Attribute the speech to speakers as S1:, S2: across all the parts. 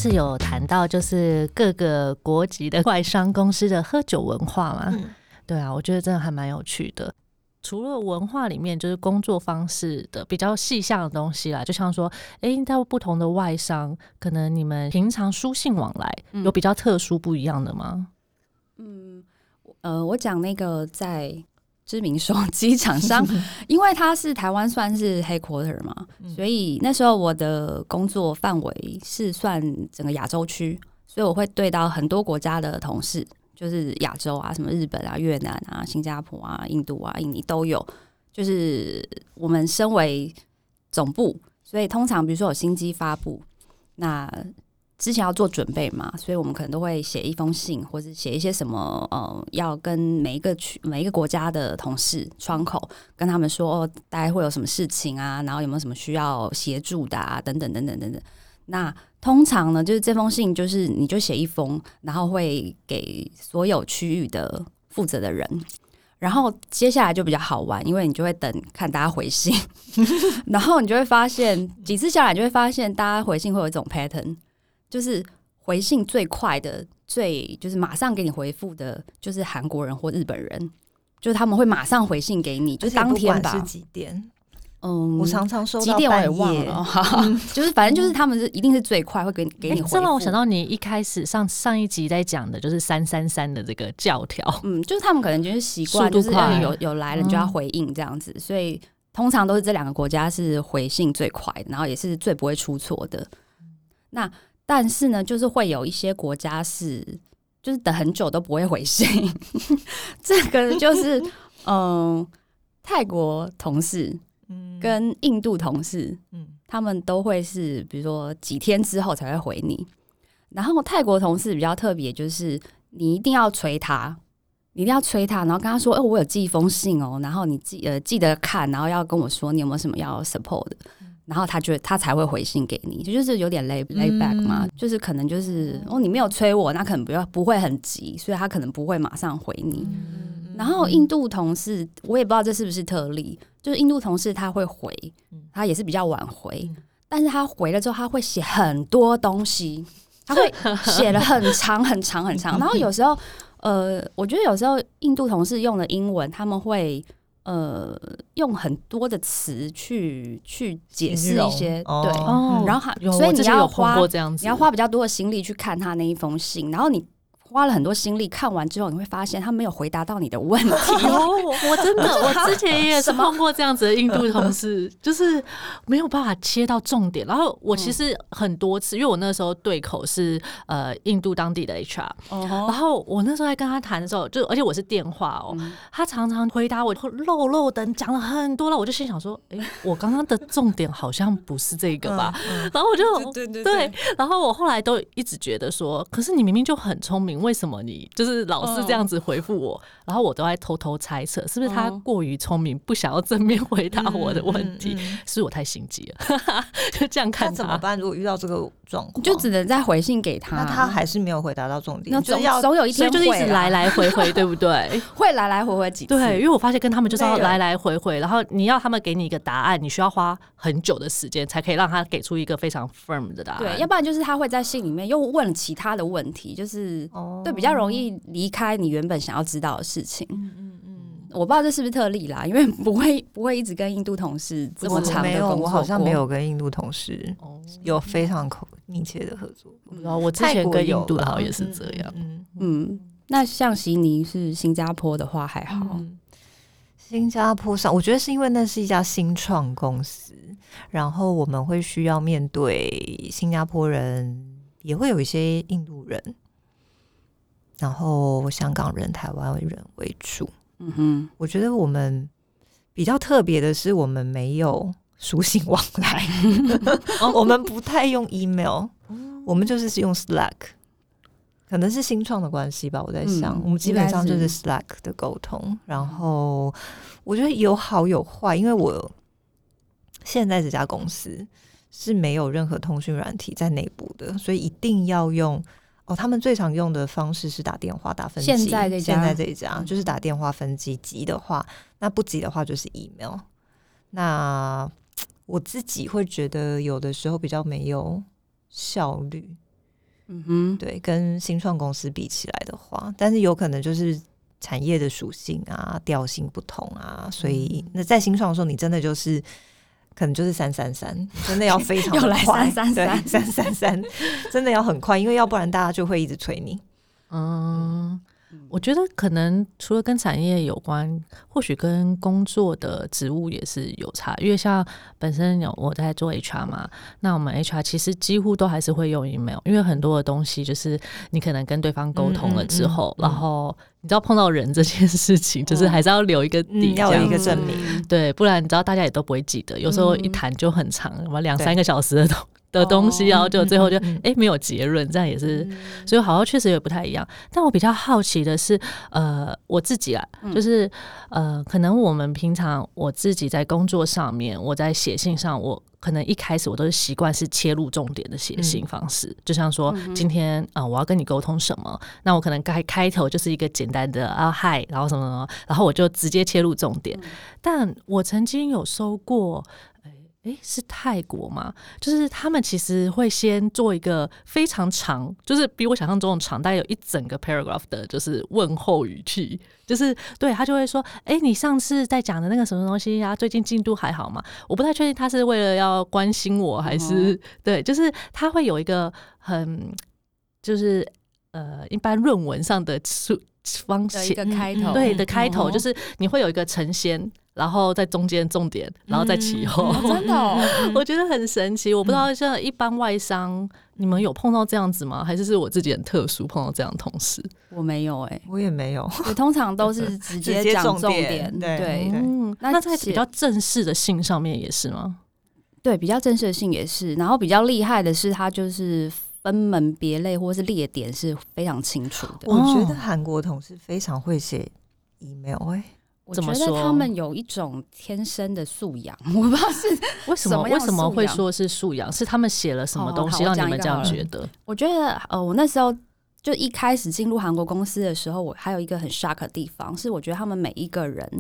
S1: 次有谈到就是各个国籍的外商公司的喝酒文化嘛，对啊，我觉得真的还蛮有趣的。除了文化里面就是工作方式的比较细项的东西啦，就像说到不同的外商，可能你们平常书信往来有比较特殊不一样的吗？
S2: 我讲那个在知名手机厂商因为它是台湾算是 headquarter 嘛，所以那时候我的工作范围是算整个亚洲区，所以我会对到很多国家的同事，就是亚洲啊，什么日本啊、越南啊、新加坡啊、印度啊、印尼都有。就是我们身为总部，所以通常比如说有新机发布，那之前要做准备嘛，所以我们可能都会写一封信，或者写一些什么要跟每一个国家的同事窗口跟他们说大概会有什么事情啊，然后有没有什么需要协助的啊，等等等等等等。那通常呢，就是这封信就是你就写一封，然后会给所有区域的负责的人。然后接下来就比较好玩，因为你就会等看大家回信然后你就会发现几次下来，你就会发现大家回信会有一种 pattern， 就是回信最快的就是马上给你回复的就是韩国人或日本人，就是他们会马上回信给你，就是当天吧，
S3: 不管是几点我常常收到半夜，
S2: 几点我也忘了就是反正就是他们一定是最快会给你回复。
S1: 这让我想到你一开始上一集在讲的就是333的这个教条，
S2: 就是他们可能就是习惯就是有来了你就要回应这样子，所以通常都是这两个国家是回信最快的，然后也是最不会出错的。那但是呢，就是会有一些国家是就是等很久都不会回信这个就是泰国同事跟印度同事他们都会是比如说几天之后才会回你。然后泰国同事比较特别，就是你一定要催他，然后跟他说我有寄一封信然后你记得看，然后要跟我说你有没有什么要 support 的，然后他才会回信给你，就是有点 lay back 嘛，就是可能就是你没有催我，那可能不会很急，所以他可能不会马上回你。然后印度同事我也不知道这是不是特例，就是印度同事他会回，他也是比较晚回，但是他回了之后他会写很多东西，他会写了很长很长很长然后有时候我觉得有时候印度同事用的英文他们会用很多的词去解释一些对然后所以你要花比较多的心力去看他那一封信，然后你花了很多心力看完之后，你会发现他没有回答到你的问题
S1: 我真的我之前也是碰过这样子的印度同事就是没有办法切到重点。然后我其实很多次因为我那时候对口是印度当地的 HR，然后我那时候在跟他谈的时候而且我是电话他常常回答我漏等讲了很多了，我就心想说我刚刚的重点好像不是这个吧然后我就对，然后我后来都一直觉得说可是你明明就很聪明，为什么你就是老是这样子回复我然后我都在偷偷猜测是不是他过于聪明不想要正面回答我的问题是我太心机了就这样看他
S3: 怎么办？如果遇到这个状况
S2: 就只能再回信给他，
S3: 那他还是没有回答到重点，
S2: 那总有一天
S1: 会就是一直来回对不对
S2: 会来回几次，
S1: 对，因为我发现跟他们就是要来回然后你要他们给你一个答案，你需要花很久的时间才可以让他给出一个非常 firm 的答案，
S2: 对，要不然就是他会在信里面又问了其他的问题，就是对比较容易离开你原本想要知道的事情。我不知道这是不是特例啦，因为不会一直跟印度同事这么长的工作过。
S3: 我好像没有跟印度同事有非常密切的合作。
S1: 我之前跟印度的好像也是这样。
S2: 那像悉尼是新加坡的话还好。
S3: 新加坡上我觉得是因为那是一家新创公司，然后我们会需要面对新加坡人，也会有一些印度人，然后香港人、台湾人为主。我觉得我们比较特别的是我们没有书信往来我们不太用 email，我们就是用 Slack， 可能是新创的关系吧，我在想我们基本上就是 Slack 的沟通。然后我觉得有好有坏，因为我现在这家公司是没有任何通讯软体在内部的，所以一定要用他们最常用的方式是打电话打分机，现在这一家就是打电话分机，急的话，那不急的话就是 email。 那我自己会觉得有的时候比较没有效率， 对，跟新创公司比起来的话，但是有可能就是产业的属性啊、调性不同啊，所以那在新创的时候，你真的就是可能就是333，真的要非常的快，
S2: 又来333，
S3: 对，333，真的要很快，因为要不然大家就会一直催你。
S1: 我觉得可能除了跟产业有关，或许跟工作的职务也是有差。因为像本身我在做 HR 嘛，那我们 HR 其实几乎都还是会用 email， 因为很多的东西就是你可能跟对方沟通了之后，然后你知道碰到人这件事情，就是还是要留一个底，
S3: 要有一个证明，
S1: 对，不然你知道大家也都不会记得，有时候一谈就很长，2-3个小时的东西，然后就最后就没有结论，这样也是，所以好像确实也不太一样。但我比较好奇的是，我自己啊，就是可能我们平常我自己在工作上面，我在写信上，我可能一开始我都是习惯是切入重点的写信方式，就像说今天我要跟你沟通什么，那我可能开头就是一个简单的嗨，然后什么什么，然后我就直接切入重点。但我曾经有收过。是泰国吗？就是他们其实会先做一个非常长，就是比我想象中的长，大概有一整个 paragraph 的，就是问候语气，就是对他就会说，你上次在讲的那个什么东西啊，最近进度还好吗？我不太确定他是为了要关心我，还是对，就是他会有一个很就是一般论文上的方式
S2: 一个开头，
S1: 对的开头，就是你会有一个承先。然后在中间重点，然后在其后，
S2: 真的
S1: 我觉得很神奇。我不知道像一般外商，你们有碰到这样子吗？还是我自己很特殊碰到这样的同事？
S2: 我没有
S3: 我也没有。
S2: 我通常都是直接讲重点，对。
S1: 那在比较正式的信上面也是吗？
S2: 对，比较正式的信也是。然后比较厉害的是，他就是分门别类或是列点是非常清楚的。
S3: 我觉得韩国同事非常会写 email，
S2: 我觉得他们有一种天生的素养，我不知道是
S1: 为什么会说是素养，是他们写了什么东西让你们这样觉得？
S2: 我觉得我那时候就一开始进入韩国公司的时候，我还有一个很 shock 的地方是，我觉得他们每一个人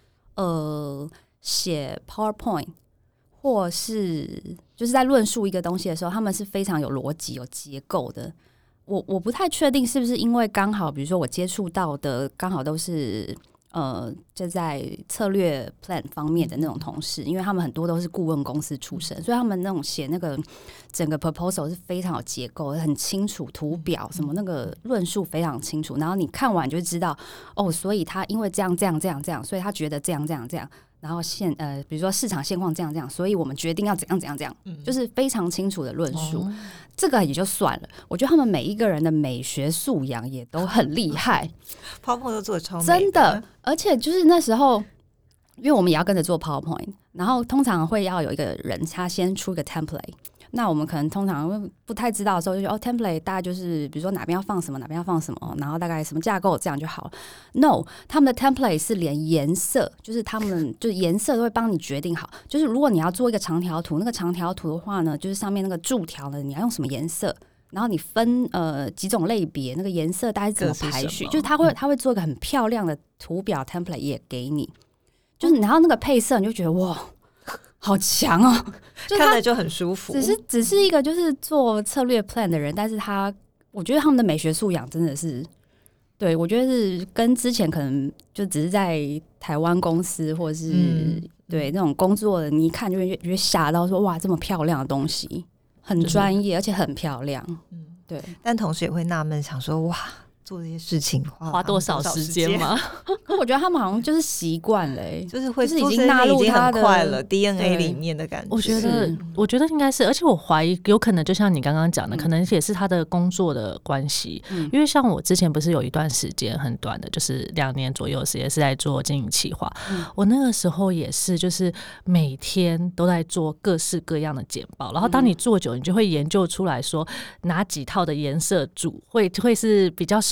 S2: 写 PowerPoint 或是就是在论述一个东西的时候，他们是非常有逻辑、有结构的。我不太确定是不是因为刚好，比如说我接触到的刚好都是。就在策略 plan 方面的那种同事，因为他们很多都是顾问公司出身，所以他们那种写那个整个 proposal 是非常有结构，很清楚，图表什么那个论述非常清楚，然后你看完就知道所以他因为这样这样这样这样，所以他觉得这样这样这样，然后比如说市场现况这样这样，所以我们决定要怎样怎样怎样，就是非常清楚的论述。这个也就算了，我觉得他们每一个人的美学素养也都很厉害
S3: ，PowerPoint 都做得超美的，
S2: 真的。而且就是那时候，因为我们也要跟着做 PowerPoint， 然后通常会要有一个人他先出一个 template。那我们可能通常不太知道的时候，就template 大概就是比如说哪边要放什么，哪边要放什么，然后大概什么架构这样就好了。No， 他们的 template 是连颜色，就是他们就是颜色都会帮你决定好。就是如果你要做一个长条图，那个长条图的话呢，就是上面那个柱条呢，你要用什么颜色，然后你分几种类别，那个颜色大概怎么排序，就是他会做一个很漂亮的图表 template 也给你，就是然后那个配色你就觉得哇。好强哦，
S3: 就看着就很舒服。
S2: 只是一个就是做策略 plan 的人，但是我觉得他们的美学素养真的是，对我觉得是跟之前可能就只是在台湾公司或者是、对那种工作的，你一看就会吓到说哇，这么漂亮的东西，很专业而且很漂亮。对，
S3: 但同时也会纳闷，想说哇。做这些事情
S1: 花多少时间吗？
S2: 可我觉得他们好像就是习惯了，
S3: 就是会
S2: 已经纳入他的
S3: 快了 DNA 里面的感觉。
S1: 我觉得应该是，而且我怀疑有可能就像你刚刚讲的，可能也是他的工作的关系。因为像我之前不是有一段时间很短的，就是2年左右的时间是在做经营企划。我那个时候也是，就是每天都在做各式各样的简报，然后当你做久，你就会研究出来说哪几套的颜色组会是比较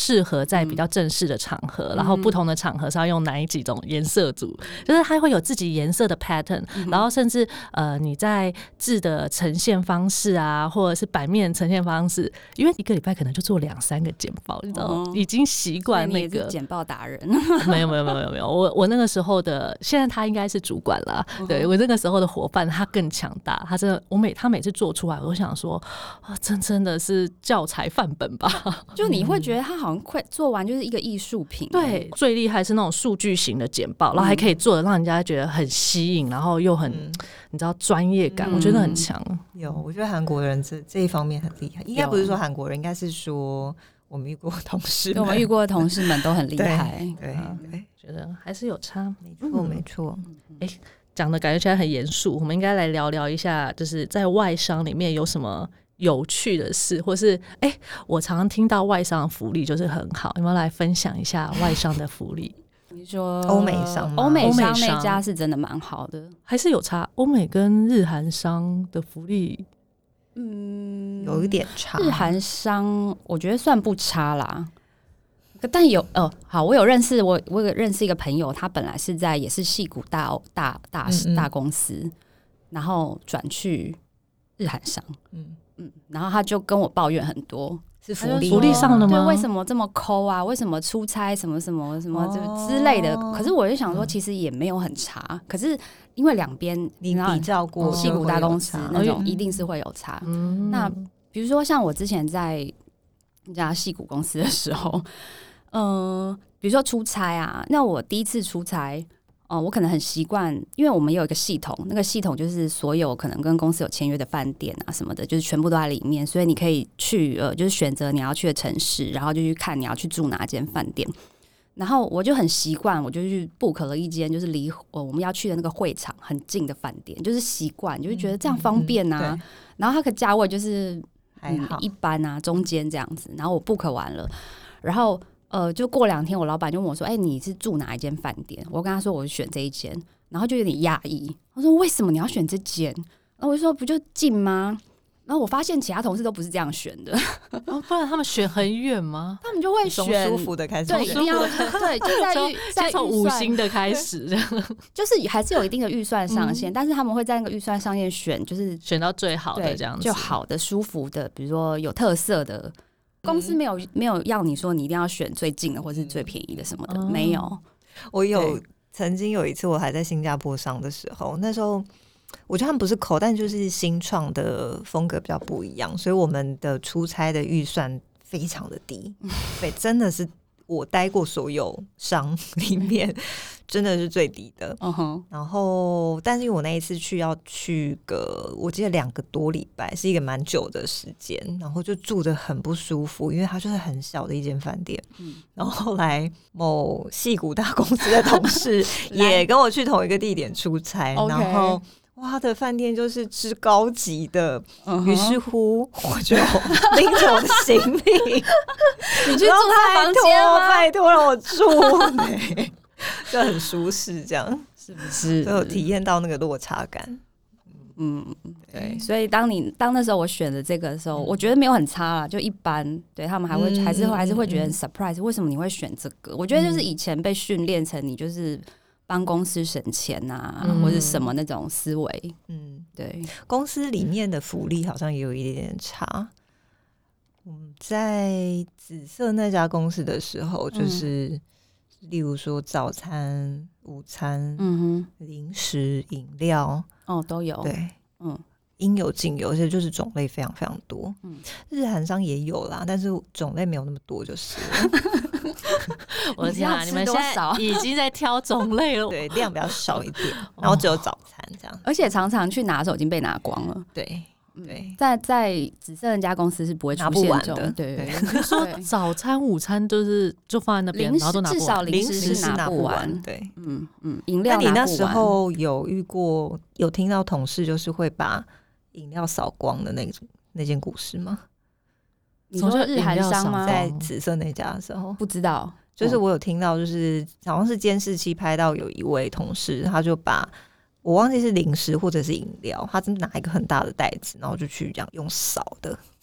S1: 适合在比较正式的场合，然后不同的场合是要用哪几种颜色组，就是它会有自己颜色的 pattern，然后甚至你在字的呈现方式啊，或者是版面呈现方式，因为一个礼拜可能就做2-3个简报，你知道已经习惯那个
S2: 简报达人。
S1: 没有，我那个时候的，现在他应该是主管啦。对，我那个时候的伙伴他更强大，他真的，他每次做出来，我都想说，真的是教材范本吧？
S2: 就你会觉得他好像快做完就是一个艺术品。
S1: 对，最厉害是那种数据型的简报，然后还可以做的让人家觉得很吸引，然后又很你知道专业感，我觉得很强。
S3: 我觉得韩国人这一方面很厉害，应该不是说韩国人，应该是说我们遇过的同事们，
S2: 我们遇过的同事们都很厉害。
S3: 对，
S1: 觉得还是有差。
S3: 没错。
S1: 讲的感觉起来很严肃，我们应该来聊聊一下，就是在外商里面有什么有趣的事，或是我常常听到外商的福利就是很好，有没有来分享一下外商的福利？
S2: 你说
S3: 欧美商吗？
S2: 欧美商那家是真的蛮好的，
S1: 还是有差？欧美跟日韩商的福利，
S3: 有一点差。
S2: 日韩商我觉得算不差啦。但有好，我有认识一个朋友，他本来是也是矽谷大公司，然后转去日韩商，然后他就跟我抱怨很多，
S3: 是
S1: 福利上的吗？
S2: 对，为什么这么抠啊？为什么出差什么什么什么之类的？可是我就想说，其实也没有很差，可是因为两边
S3: 你比较过
S2: 矽谷大公司那种，一定是会有差。那比如说像我之前在一家矽谷公司的时候。比如说出差啊，那我第一次出差，我可能很习惯，因为我们有一个系统，那个系统就是所有可能跟公司有签约的饭店啊什么的，就是全部都在里面，所以你可以去就是选择你要去的城市，然后就去看你要去住哪间饭店。然后我就很习惯，我就去 book 了一间就是离我们要去的那个会场很近的饭店，就是习惯，就是觉得这样方便啊。然后它的价位就是一般啊，中间这样子。然后我 book 完了，然后。就过2天，我老板就问我说：“你是住哪一间饭店？”我跟他说：“我选这一间。”然后就有点讶异，他说：“为什么你要选这间？”然后我就说：“不就近吗？”然后我发现其他同事都不是这样选的，
S1: 不然他们选很远吗？
S2: 他们就会选
S3: 从舒服的开始，
S2: 对，一定要对，就在
S1: 从5星的开始，
S2: 就是还是有一定的预算上限，但是他们会在那个预算上限选，就是
S1: 选到最好的这样子，
S2: 就好的、舒服的，比如说有特色的。公司没有要你说你一定要选最近的或是最便宜的什么的，没有。
S3: 我曾经有一次我还在新加坡上的时候，那时候我觉得他们不是抠，但就是新创的风格比较不一样，所以我们的出差的预算非常的低，对，真的是我待过所有商里面真的是最低的。然后但是因为我那一次要去我记得2个多礼拜，是一个蛮久的时间，然后就住得很不舒服，因为它就是很小的一间饭店。然后后来某矽谷大公司的同事也跟我去同一个地点出差，然后他的饭店就是之高级的，于是乎我就拎着我的行李，
S2: 你去住他房间吗？
S3: 拜托让我住，就很舒适，这样
S2: 是不是？
S3: 所以我体验到那个落差感。
S2: 对，所以当那时候我选的这个的时候，我觉得没有很差啦，就一般。对，他们还是会觉得很 surprise， 为什么你会选这个？我觉得就是以前被训练成你就是帮公司省钱啊，或者什么那种思维。对，
S3: 公司里面的福利好像也有一点差。在紫色那家公司的时候，就是例如说早餐、午餐、零食、饮料，
S2: 都有。
S3: 对，应有尽有，而且就是种类非常非常多。日韩商也有啦，但是种类没有那么多，就是了。
S1: 我的天啊，你们现在已经在挑种类了，
S3: 对，量比较少一点，然后只有早餐这样，
S2: 而且常常去拿的时候已经被拿光了。
S3: 对。
S2: 在紫色那家公司是不会出现这种，对，
S1: 说早餐、午餐就放在那边，然后都拿不完，
S2: 至少零食是拿不完，
S3: 对，
S2: 饮料拿不完。
S3: 那你那时候有听到同事就是会把饮料扫光的那件故事吗？
S2: 你说日韩商吗？
S3: 在紫色那家的时候，
S2: 不知道，
S3: 就是我有听到，就是好像是监视器拍到有一位同事，他就把。我忘记是零食或者是饮料，他真的拿一个很大的袋子，然后就去这样用扫的，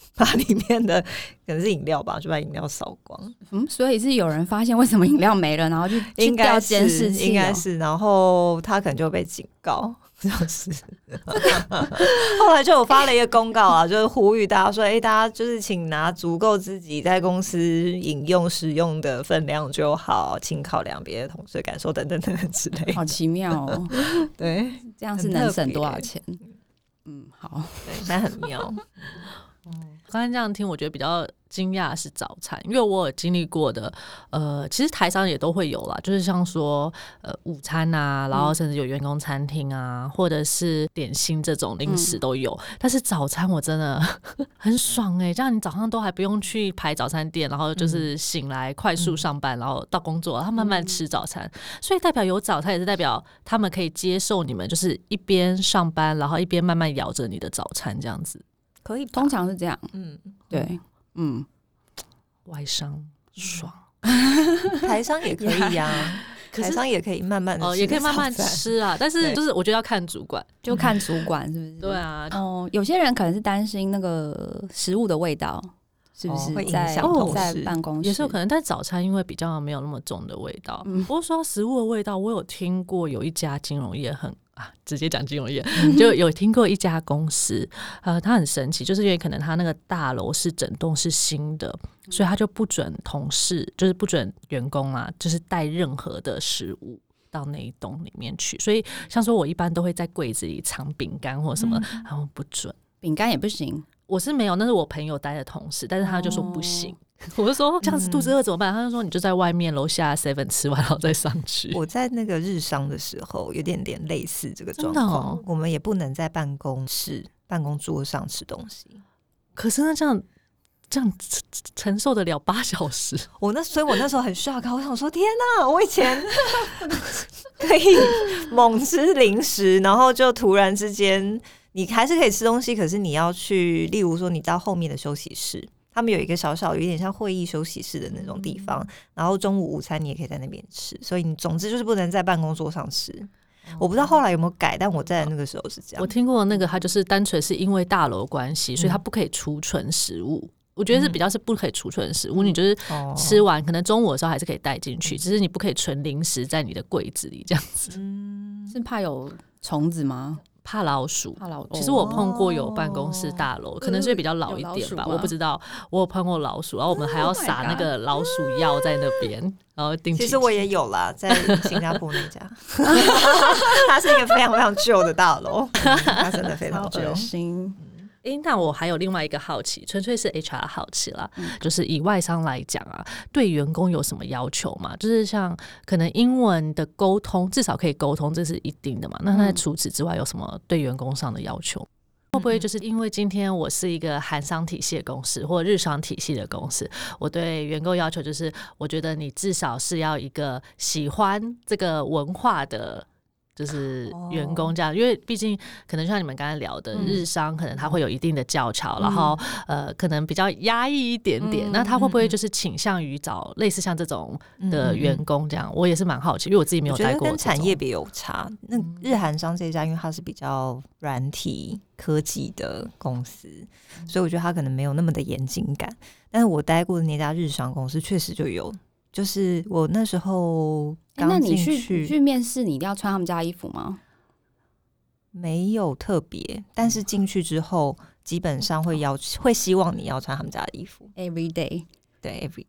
S3: 把里面的可能是饮料吧，就把饮料扫光。
S2: 所以是有人发现为什么饮料没了，然后去调监视器，
S3: 应该是，然后他可能就被警告。就是后来就有发了一个公告啊，就是呼吁大家说，大家就是请拿足够自己在公司饮用食用的分量就好，请考量别的同事感受等等等等之类的。
S2: 好奇妙哦。
S3: 对，
S2: 这样是能省多少钱？好，
S3: 对，但很妙。
S1: 刚才这样听，我觉得比较惊讶的是早餐，因为我有经历过的，其实台商也都会有啦，就是像说午餐啊，然后甚至有员工餐厅啊，或者是点心这种零食都有。但是早餐我真的很爽这样你早上都还不用去排早餐店，然后就是醒来快速上班，然后到工作，然后慢慢吃早餐。所以代表有早餐，也是代表他们可以接受你们，就是一边上班，然后一边慢慢咬着你的早餐这样子。
S2: 可以，通常是这样。对，
S1: 外商爽，
S3: 台商也可以啊，台商也可以慢慢的吃，
S1: 也可以慢慢吃啊。但是就是我觉得要看主管，
S2: 就看主管是不是？
S1: 对啊。
S2: 有些人可能是担心那个食物的味道。是不是
S3: 会影响同
S2: 在
S3: 事？
S2: 办公室
S1: 也是有可能，但早餐因为比较没有那么重的味道。不过说到食物的味道，我有听过有一家金融业直接讲金融业，就有听过一家公司，它很神奇，就是因为可能它那个大楼是整栋是新的，所以他就不准同事，就是不准员工就是带任何的食物到那一栋里面去。所以像说我一般都会在柜子里藏饼干或什么，然后不准，
S2: 饼干也不行。
S1: 我是没有，那是我朋友带的同事，但是他就说不行。我就说这样子肚子饿怎么办？他就说你就在外面楼下 7 吃完然后再上去。
S3: 我在那个日商的时候有点类似这个状况，我们也不能在办公桌上吃东西。
S1: 可是那这样承受得了8小时？
S3: 所以我那时候很 shock， 我想说天哪，我以前可以猛吃零食，然后就突然之间你还是可以吃东西，可是你要去，例如说你到后面的休息室，他们有一个小小有点像会议休息室的那种地方，然后中午午餐你也可以在那边吃，所以你总之就是不能在办公桌上吃。我不知道后来有没有改，但我在那个时候是这样。
S1: 我听过那个，他就是单纯是因为大楼关系，所以他不可以储存食物。我觉得是比较是不可以储存食物，你就是吃完可能中午的时候还是可以带进去，只是你不可以存零食在你的柜子里这样子。
S2: 是怕有虫子吗？
S1: 怕老鼠。其实我碰过有办公室大楼，可能是比较老一点吧，我不知道。我有碰过老鼠，然后我们还要撒那个老鼠药在那边，然后定期。
S3: 其实我也有啦，在新加坡那家，它是一个非常非常旧的大楼，它真的非常旧。
S1: 那我还有另外一个好奇，纯粹是 HR 好奇啦，就是以外商来讲对员工有什么要求吗？就是像可能英文的沟通，至少可以沟通，这是一定的嘛。那除此之外有什么对员工上的要求？会不会就是因为今天我是一个韩商体系的公司或日商体系的公司，我对员工要求就是我觉得你至少是要一个喜欢这个文化的就是员工这样，因为毕竟可能像你们刚才聊的日商，可能他会有一定的教条，然后可能比较压抑一点点，那他会不会就是倾向于找类似像这种的员工这样？我也是蛮好奇，因为我自己没有待过。
S3: 我觉得跟产业别有差。那日韩商这一家，因为它是比较软体科技的公司，所以我觉得它可能没有那么的严谨感。但是我待过的那家日商公司确实就有。就是我那时候刚进去，
S2: 那你去面试，你一定要穿他们家衣服吗？
S3: 没有特别，但是进去之后，基本上会希望你要穿他们家的衣服
S2: ，every day，
S3: 对 ，every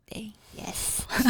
S3: day，yes 。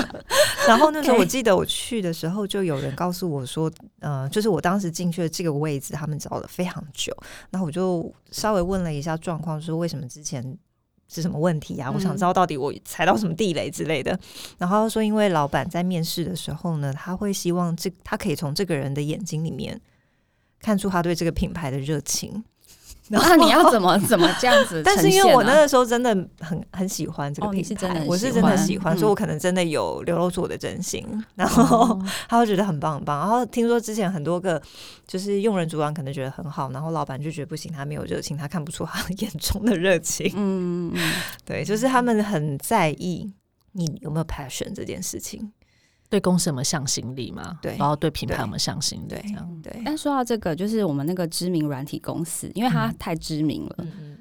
S3: 然后那时候我记得我去的时候，就有人告诉我说，就是我当时进去的这个位置，他们找了非常久。然后我就稍微问了一下状况，说为什么之前是什么问题啊？我想知道到底我踩到什么地雷之类的。然后他说，因为老板在面试的时候呢，他会希望他可以从这个人的眼睛里面看出他对这个品牌的热情。
S2: 那你要怎么这样子呈现啊？
S3: 但是因为我那个时候真的很喜欢这个品牌，我是真的喜欢，所以我可能真的有流露出我的真心。然后他会觉得很棒很棒。然后听说之前很多个就是用人主管可能觉得很好，然后老板就觉得不行，他没有热情，他看不出他眼中的热情。对，就是他们很在意你有没有 passion 这件事情。
S1: 对公司有没有向心力嘛？
S3: 对，
S1: 然后对品牌有没有向心力？
S3: 对。
S2: 但说到这个，就是我们那个知名软体公司，因为它太知名了，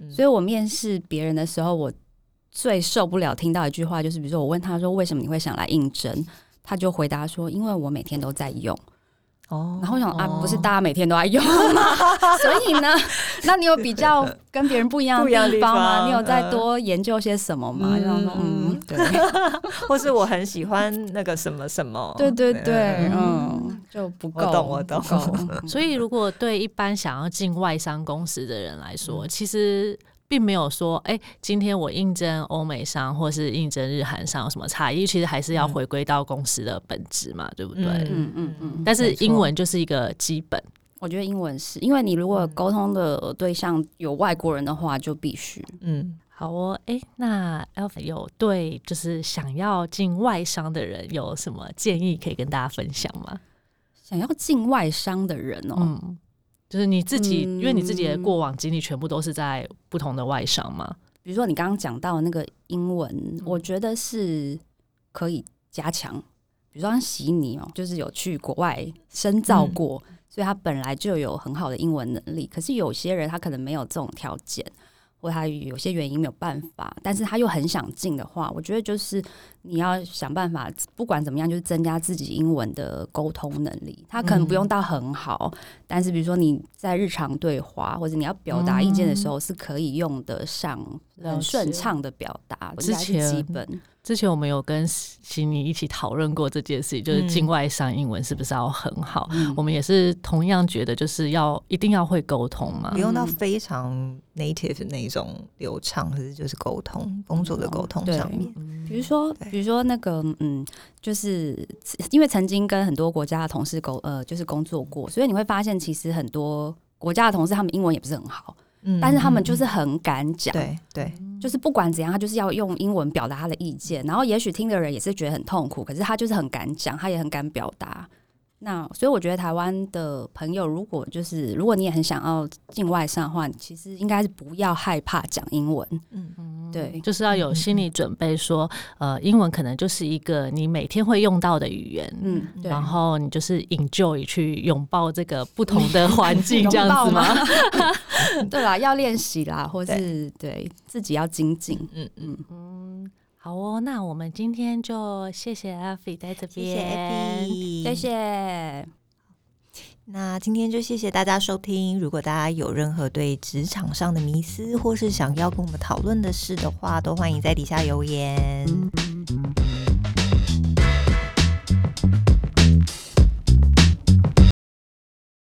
S2: 所以我面试别人的时候，我最受不了听到一句话，就是比如说我问他说为什么你会想来应征，他就回答说因为我每天都在用。然后我想不是大家每天都在用吗？所以呢，那你有比较跟别人不一样的地方吗？你有再多研究些什么吗？对，
S3: 或是我很喜欢那个什么什么，
S2: 对对对，就不够，
S3: 我懂。
S1: 所以如果对一般想要进外商公司的人来说，其实并没有说今天我应征欧美商或是应征日韩商有什么差异，其实还是要回归到公司的本质嘛，对不对？但是英文就是一个基本。
S2: 我觉得英文是因为你如果沟通的对象有外国人的话，就必须。
S1: 好哦，那 Alpha 有对就是想要进外商的人有什么建议可以跟大家分享吗？
S2: 想要进外商的人
S1: 就是你自己，因为你自己的过往经历全部都是在不同的外商嘛。
S2: 比如说你刚刚讲到那个英文，我觉得是可以加强。比如说像悉尼就是有去国外深造过，所以他本来就有很好的英文能力。可是有些人他可能没有这种条件，或他有些原因没有办法，但是他又很想进的话，我觉得就是你要想办法，不管怎么样，就是增加自己英文的沟通能力。他可能不用到很好，但是比如说你在日常对话或者你要表达意见的时候，是可以用得上很顺畅的表达，这是基本。
S1: 之前我们有跟悉尼一起讨论过这件事情，就是境外商英文是不是要很好？我们也是同样觉得，就是一定要会沟通嘛，
S3: 不用到非常 native 那种流畅，可是就是沟通，工作的沟通上面。
S2: 比如说那个就是因为曾经跟很多国家的同事就是工作过，所以你会发现其实很多国家的同事他们英文也不是很好。但是他们就是很敢讲，
S3: 对，
S2: 就是不管怎样，他就是要用英文表达他的意见，然后也许听的人也是觉得很痛苦，可是他就是很敢讲，他也很敢表达。那所以我觉得台湾的朋友，如果你也很想要进外商的话，其实应该是不要害怕讲英文。对，
S1: 就是要有心理准备说，英文可能就是一个你每天会用到的语言，然后你就是 enjoy 去拥抱这个不同的环境，这样子吗？
S2: 对啦，要练习啦，或是对自己要精进。
S1: 好哦，那我们今天就谢谢 Effie 在这边，
S2: 谢谢。
S3: 那今天就谢谢大家收听。如果大家有任何对职场上的迷思，或是想要跟我们讨论的事的话，都欢迎在底下留言。